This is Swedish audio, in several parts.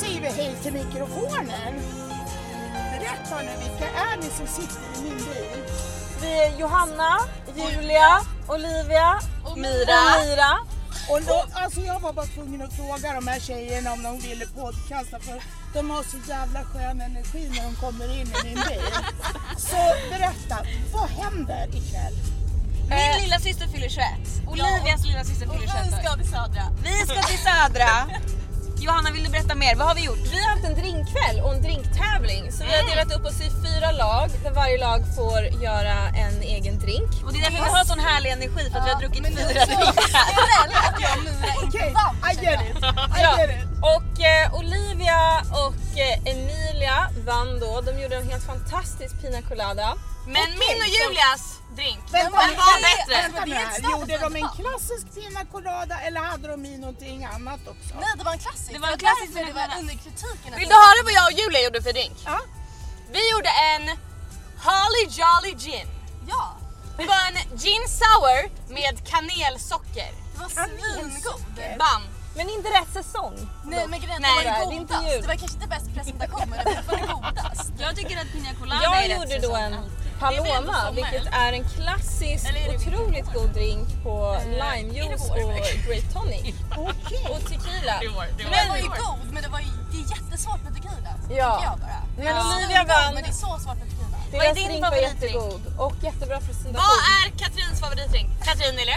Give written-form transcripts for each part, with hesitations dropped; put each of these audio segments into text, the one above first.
säger vi hej till mikrofonen. Berätta nu, vilka är ni som sitter i min bil? Vi är Johanna, Julia, Olivia och Mira. Och då, alltså jag var bara tvungen att fråga de här tjejerna om de ville podcasta, för de har så jävla skön energi när de kommer in i min bil. Så berätta, vad händer ikväll? Min lilla syster fyller 21. Olivias lilla syster fyller 21. Vi ska till Södra. Vi ska till Södra. Johanna, vill du berätta mer? Vad har vi gjort? Vi har haft en drinkkväll och en drinktävling. Så vi har delat upp oss i 4 lag där varje lag får göra en egen drink. Och det är därför vi har sån härlig energi, för att vi har druckit 4 drinkar. Att jag och Mira inte Okej, vann. I get it. Och Olivia och Emilia vann då. De gjorde en helt fantastisk pina colada. Men min och Julias drink, den Vänta, var bättre. Vänta nu här. Gjorde de en klassisk pina colada eller hade de i någonting annat också? Nej, det var en klassisk. Det var en klassisk därför det var pina colada. under kritiken. Vill du höra vad jag och Julia gjorde för drink? Ja. Vi gjorde en Holly Jolly Gin. Ja, Det var en gin sour med kanelsocker. det var svingod. Bam! Men inte rätt säsong. Nej, men grejen Nej, det var det är det inte godast. jul. Det var kanske inte bäst presentation, men det var det godast. Jag tycker att pina colada Jag är rätt gjorde då en Det är väl ändå Paloma, sommar, vilket eller? är en klassisk, Eller är det otroligt god drink på limejuice är det vår? och grape tonic Okej. och tequila. Men den var ju god, men det är jättesvårt med tequila. Ja. Tycker jag bara. Men Ja. Olivia vann. Men det är så svårt med tequila. Vad är Deras din drink var favoritdrink? jättegod och jättebra Vad presentation. är Katrins favoritdrink? Katrin, eller?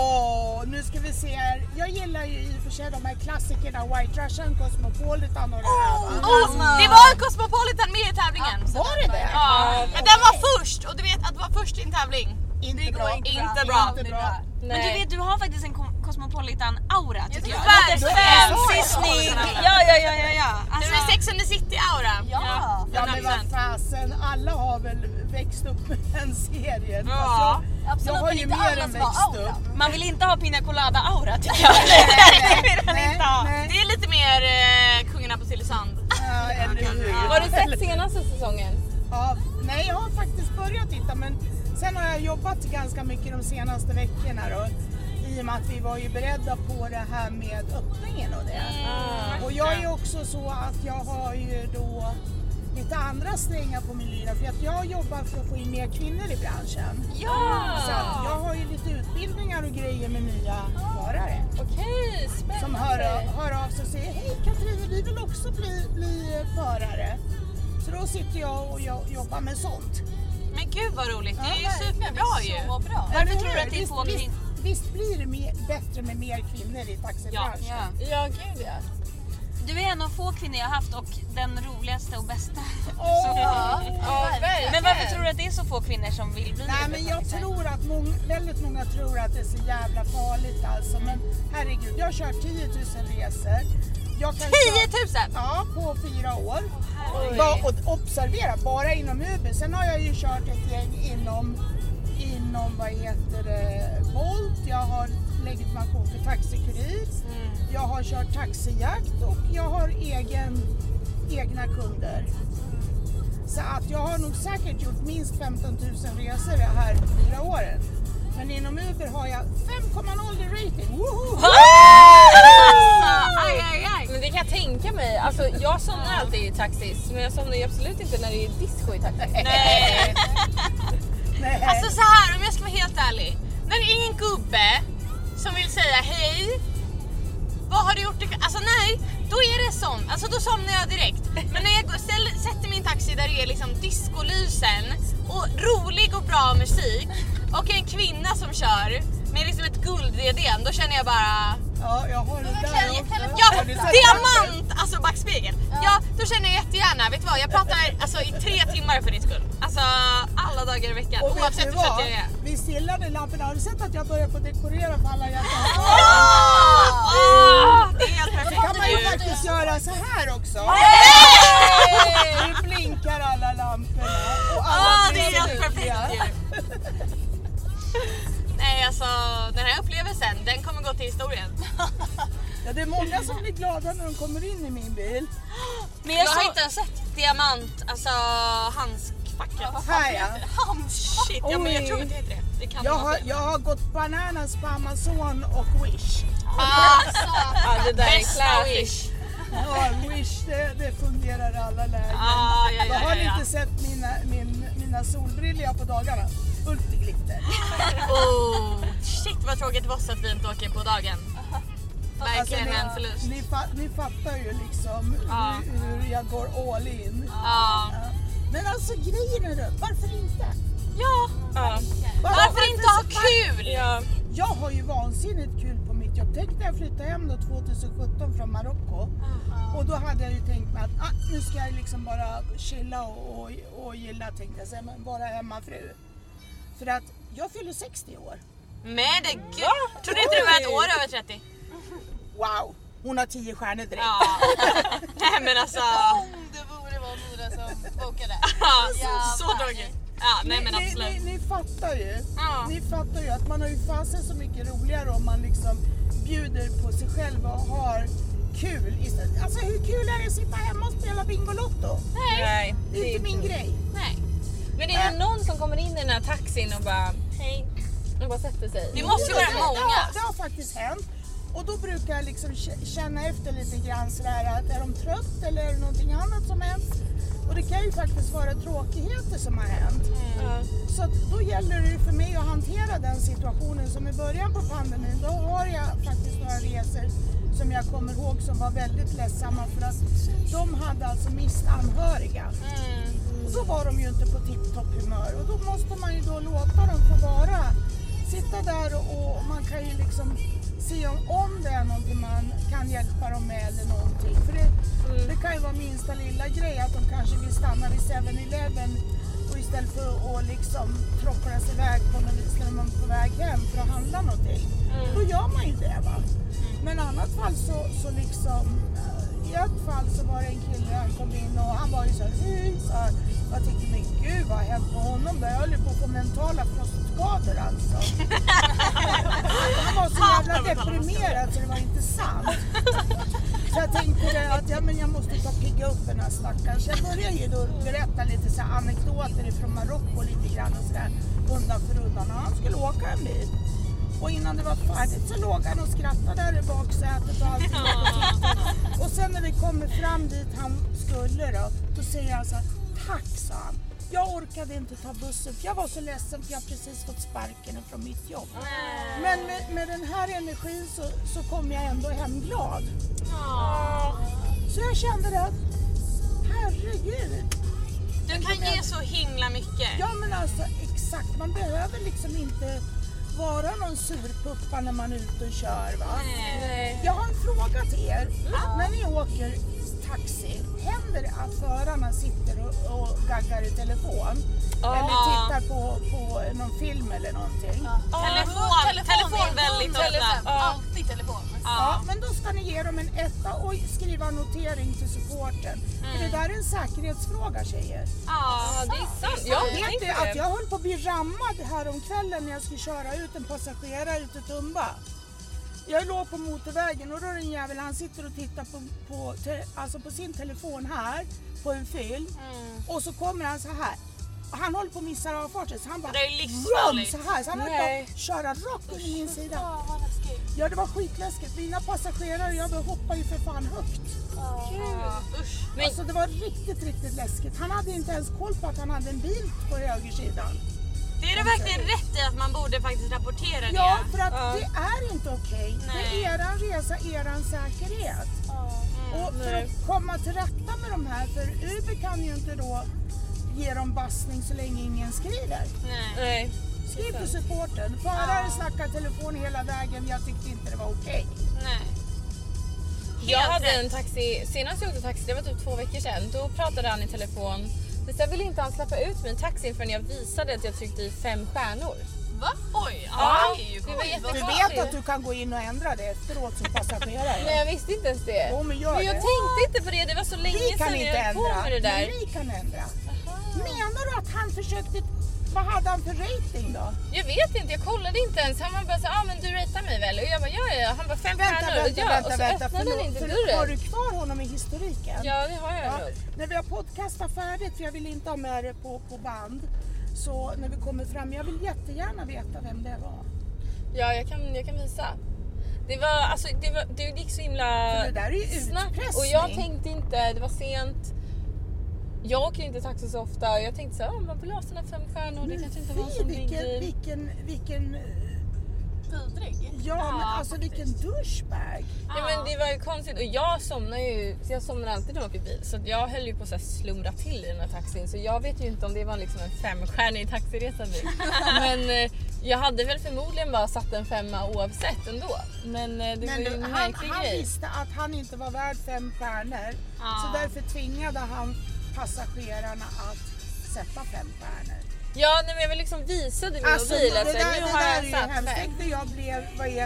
Nu ska vi se här. Jag gillar ju i och för sig de här klassikerna, White Russian, Cosmopolitan och det här, va? Det var en Cosmopolitan med i tävlingen. Var det det? Ja, men den var först, och du vet att det var först i en tävling. Inte bra. Inte bra. Inte bra. Men du vet, du har faktiskt en Cosmopolitan-aura, tycker jag. tycker Fancy, så. snygg. Ja. Ja. Alltså- Du är Sex and the City-aura. Ja. Ja men vad fasen, alla har väl växt upp med den serien. Ja. Alltså, Absolut, jag har men ju inte mer alla än som har växt aura. upp. Man vill inte ha pina colada-aura, tycker jag. Det vill man inte ha. nej. Det är lite mer Kungarna på Tylösand. Ja, eller hur? Har du sett senaste säsongen? Ja, nej, jag har faktiskt börjat titta, men sen har jag jobbat ganska mycket de senaste veckorna då. I och med att vi var ju beredda på det här med öppningen och det. Och jag är ju också så att jag har ju då lite andra strängar på min lyra, för att jag jobbar för att få in mer kvinnor i branschen. Så att jag har ju lite utbildningar och grejer med nya förare. Okej, spännande. Som hör av sig och säger: hej Katrin, vi vill också bli förare. Så då sitter jag och jobbar med sånt. Men gud vad roligt, det är ju Ja, superbra ju. Så bra. Varför tror du att det är få kvinnor? Visst blir det bättre med mer kvinnor i taxibranschen? Ja, gud ja. Du är en av få kvinnor jag har haft och den roligaste och bästa. Ja, verkligen. Men varför tror du att det är så få kvinnor som vill bli Nej, men jag tror att väldigt många tror att det är så jävla farligt alltså. Men herregud, jag har kört 10 000 resor. Jag kan 10 000? Ja, på 4 år. Oj. Och observera, bara inom Uber. Sen har jag ju kört ett gäng inom vad heter det, Bolt. Jag har legitimation för taxikurir. Jag har kört taxijakt och jag har egna kunder. Så att jag har nog säkert gjort minst 15 000 resor de här 4 åren. Men inom Uber har jag 5,0 i rating. Woho! Aj. Men det kan jag tänka mig. Alltså, jag somnar alltid i taxis, men jag somnar ju absolut inte när det är disco i taxis. Nej. Nej. Alltså så här, om jag ska vara helt ärlig. När det är en gubbe som vill säga hej, vad har du gjort? Alltså nej, då är det sån. Alltså då somnar jag direkt. Men när jag sätter min taxi där det är liksom discolysen och rolig och bra musik och en kvinna som kör med liksom ett gulddiadem, då känner jag bara... Ja, jag har det där också. Ja, Har du sett diamant! Alltså backspegel. Ja, då känner jag jättegärna, vet du vad? Jag pratar alltså i 3 timmar för din skull. Alltså alla dagar i veckan, Och vet oavsett du hur trött vad? jag är. Vi stillade lamporna. Har du sett att jag börjar på dekorera på alla hjärtan? Det är helt perfekt. kan man ju faktiskt göra så här också. Nu blinkar alla lamporna. Och alla Det är blir helt lyckliga. perfekt ju. Nej, alltså den här upplevelsen, den kommer gå till historien. Ja, det är många som blir glada när de kommer in i min bil. Men jag har inte ens sett diamant, alltså handskfacket. Här ja. Shit, ja, men jag tror inte det heter det. Det kan vara Jag har gått bananas på Amazon och Wish. Ja, det där är Bästa classic. Wish. Ja, Wish, det fungerar i alla lägen. Ja. Har ni inte sett mina solbrillor jag har på dagarna? Fullt i glitter. Shit vad tråkigt det var så fint att åka på dagen. Verkligen en förlust. Ni fattar ju liksom hur jag går all in. Ja. Men alltså grejen är det, varför inte? Ja. Varför inte ha kul? Ja. Jag har ju vansinnigt kul på mitt jobb. Tänk när jag flyttade hem då 2017 från Marocko. Och då hade jag ju tänkt mig att nu ska jag liksom bara chilla och gilla, tänkte jag säga, men vara hemmafru. För att jag fyller 60 år. Men det gud. Trodde inte du var ett år över 30? Wow, hon har 10 stjärnor direkt. Ja. Nej men alltså. Om det borde vara Mora som bokade. Så tråkigt. Ja, nej men absolut. Ni fattar ju. Ja. Ni fattar ju att man har ju fasen så mycket roligare om man liksom bjuder på sig själv och har kul istället. Alltså hur kul är det att sitta hemma och spela Bingolotto? Nej, Det är inte min grej. Nej. Men är det någon som kommer in i den här taxin och bara hej och bara sätter sig? Det måste ju vara många. Det har faktiskt hänt. Och då brukar jag liksom känna efter lite grann sådär att är de trött eller är det någonting annat som hänt? Och det kan ju faktiskt vara tråkigheter som har hänt. Så att då gäller det för mig att hantera den situationen som i början på pandemin. Då har jag faktiskt några resor som jag kommer ihåg som var väldigt ledsamma för att de hade alltså mist anhöriga. Och då var de ju inte på tipptopp humör och då måste man ju då låta dem få vara. Sitta där och man kan ju liksom se om det är någonting man kan hjälpa dem med eller någonting. För det kan ju vara minsta lilla grej att de kanske vill stanna vid 7-Eleven och istället för att liksom trockla sig iväg på något vis när de är på väg hem för att handla någonting. Då gör man ju det va. Men i annat fall så liksom, i ett fall så var det en kille, han kom in och han var ju så här, jag tyckte men gud vad har hänt med honom där? Jag höll på att få mentala prostskador alltså. Han var så jävla deprimerad så det var inte sant. Så jag tänkte att jag måste ta pigga upp den här stackaren. Så jag började ju då berätta lite så här anekdoter från Marocko lite grann och sådär undan för undan. Och han skulle åka en bit. Och innan det var färdigt så låg han och skrattade där i baksätet och allting. Och sen när vi kommer fram dit han skulle då säger han så här, tack sa han. Jag orkade inte ta bussen för jag var så ledsen för jag precis fått sparken från mitt jobb. Men med den här energin så kom jag ändå hem glad. Så jag kände att herregud. Du kan ge så himla mycket. Ja men alltså exakt, man behöver liksom inte vara någon surpuppa när man är ute och kör va? Nej. Jag har en fråga till er. När ni åker taxi, händer det att förarna sitter och gaggar i telefon? Eller tittar på någon film eller någonting? Telefon väldigt ofta. Alltid telefon. Ja, men då ska ni ge dem en 1 och skriva notering till supporten. För det där är en säkerhetsfråga tjejer. Ja, Ja, det är sant. Ja, jag Vet tänkte du att det. jag höll på att bli rammad här om kvällen när jag skulle köra ut en passagerare ut till Tumba. Jag låg på motorvägen och då är en jävel, han sitter och tittar på sin telefon här på en film. Och så kommer han så här. Och han håller på att missa avfarten så han bara Det är livsfarligt. så här. Så han höll på att köra rakt in i min sida. Ja, det var skitläskigt. Mina passagerare, jag hoppar ju för fan högt. Usch. Men, Alltså det var riktigt, riktigt läskigt. Han hade inte ens koll på att han hade en bil på högersidan. Det är det verkligen rätt i att man borde faktiskt rapportera det. Ja, för att det är inte okej. Det Nej. är eran resa, eran säkerhet. Och för att komma till rätta med de här, för Uber kan ju inte då ge dem bassning så länge ingen skriver. nej. Skriv till supporten. Förare snackar telefon hela vägen. Jag tyckte inte det var okej. Nej. Jag Helt hade rätt. en taxi, senast jag åkte taxi, det var typ 2 veckor sedan. Då pratade han i telefon. Men sen ville inte han släppa ut min taxi förrän jag visade att jag tryckte i 5 stjärnor. Va? Oj, Ja, det är ju det var coolt. Du jättekonstigt. vet att du kan gå in och ändra det efteråt som passagerare. Men jag visste inte ens det. Jo, men gör Men jag det. tänkte inte på det, det var så länge Vi kan sedan inte jag höll på ändra. med det där. Men vi kan ändra. Menar du att han försökte... Vad hade han för rating då? Jag vet inte, jag kollade inte ens. Han var bara så, men du ratear mig väl? Och jag bara, ja. Han bara 5 stjärnor. Och så öppnade han inte dörren. Har du kvar honom i historiken? Ja, det har jag Ja, nog. när vi har podcastat färdigt, för jag vill inte ha med det på band. Så när vi kommer fram, jag vill jättegärna veta vem det var. Ja, jag kan visa. Det gick så himla För det där är ju snabbt. utpressning. Och jag tänkte inte, det var sent. Jag åker inte taxi så ofta och jag tänkte så här, man vill ha sina 5 stjärnor, det kanske inte var en sån big deal. Vilken Vidrig. ja, men alltså vilken douchebag. Ja, men det var ju konstigt och jag somnar alltid när jag åker bil så att jag höll ju på att slumra till i den här taxin så jag vet ju inte om det var liksom en 5-stjärnig taxiresa bil. Men jag hade väl förmodligen bara satt en 5 oavsett ändå. Men det var ju en märklig han grej. visste att han inte var värd 5 stjärnor så därför tvingade han passagerarna att sätta 5 stjärnor. Ja, nej, men jag vill liksom visa det med mobilen. Det där har är ju hemskt. Jag blev,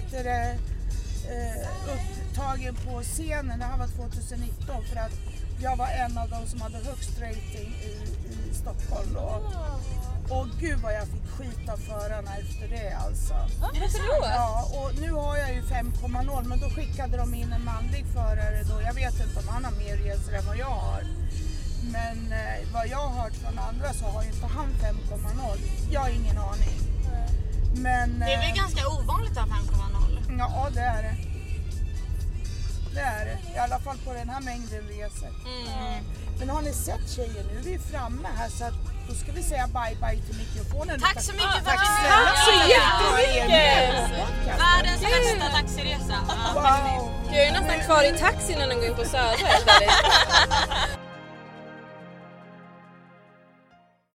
upptagen på scenen, det här var 2019 för att jag var en av de som hade högst rating i Stockholm då. Och gud vad jag fick skit av förarna efter det alltså. Varför då? Ja, och nu har jag ju 5,0 men då skickade de in en manlig förare då. Jag vet inte om han har mer resor än vad jag har. Men vad jag har hört från andra så har ju inte han 5,0. Jag har ingen aning. Men, Det är väl ganska ovanligt att ha 5,0? Ja, det är det. Det är det. I alla fall på den här mängden resor. Men har ni sett tjejer nu? Vi är framme här så att då ska vi säga bye bye till mikrofonen. Tack så mycket för att du Tack så jättemycket! Världens bästa taxiresa. Wow! Jag är nästan kvar i taxin när den går in på Söder.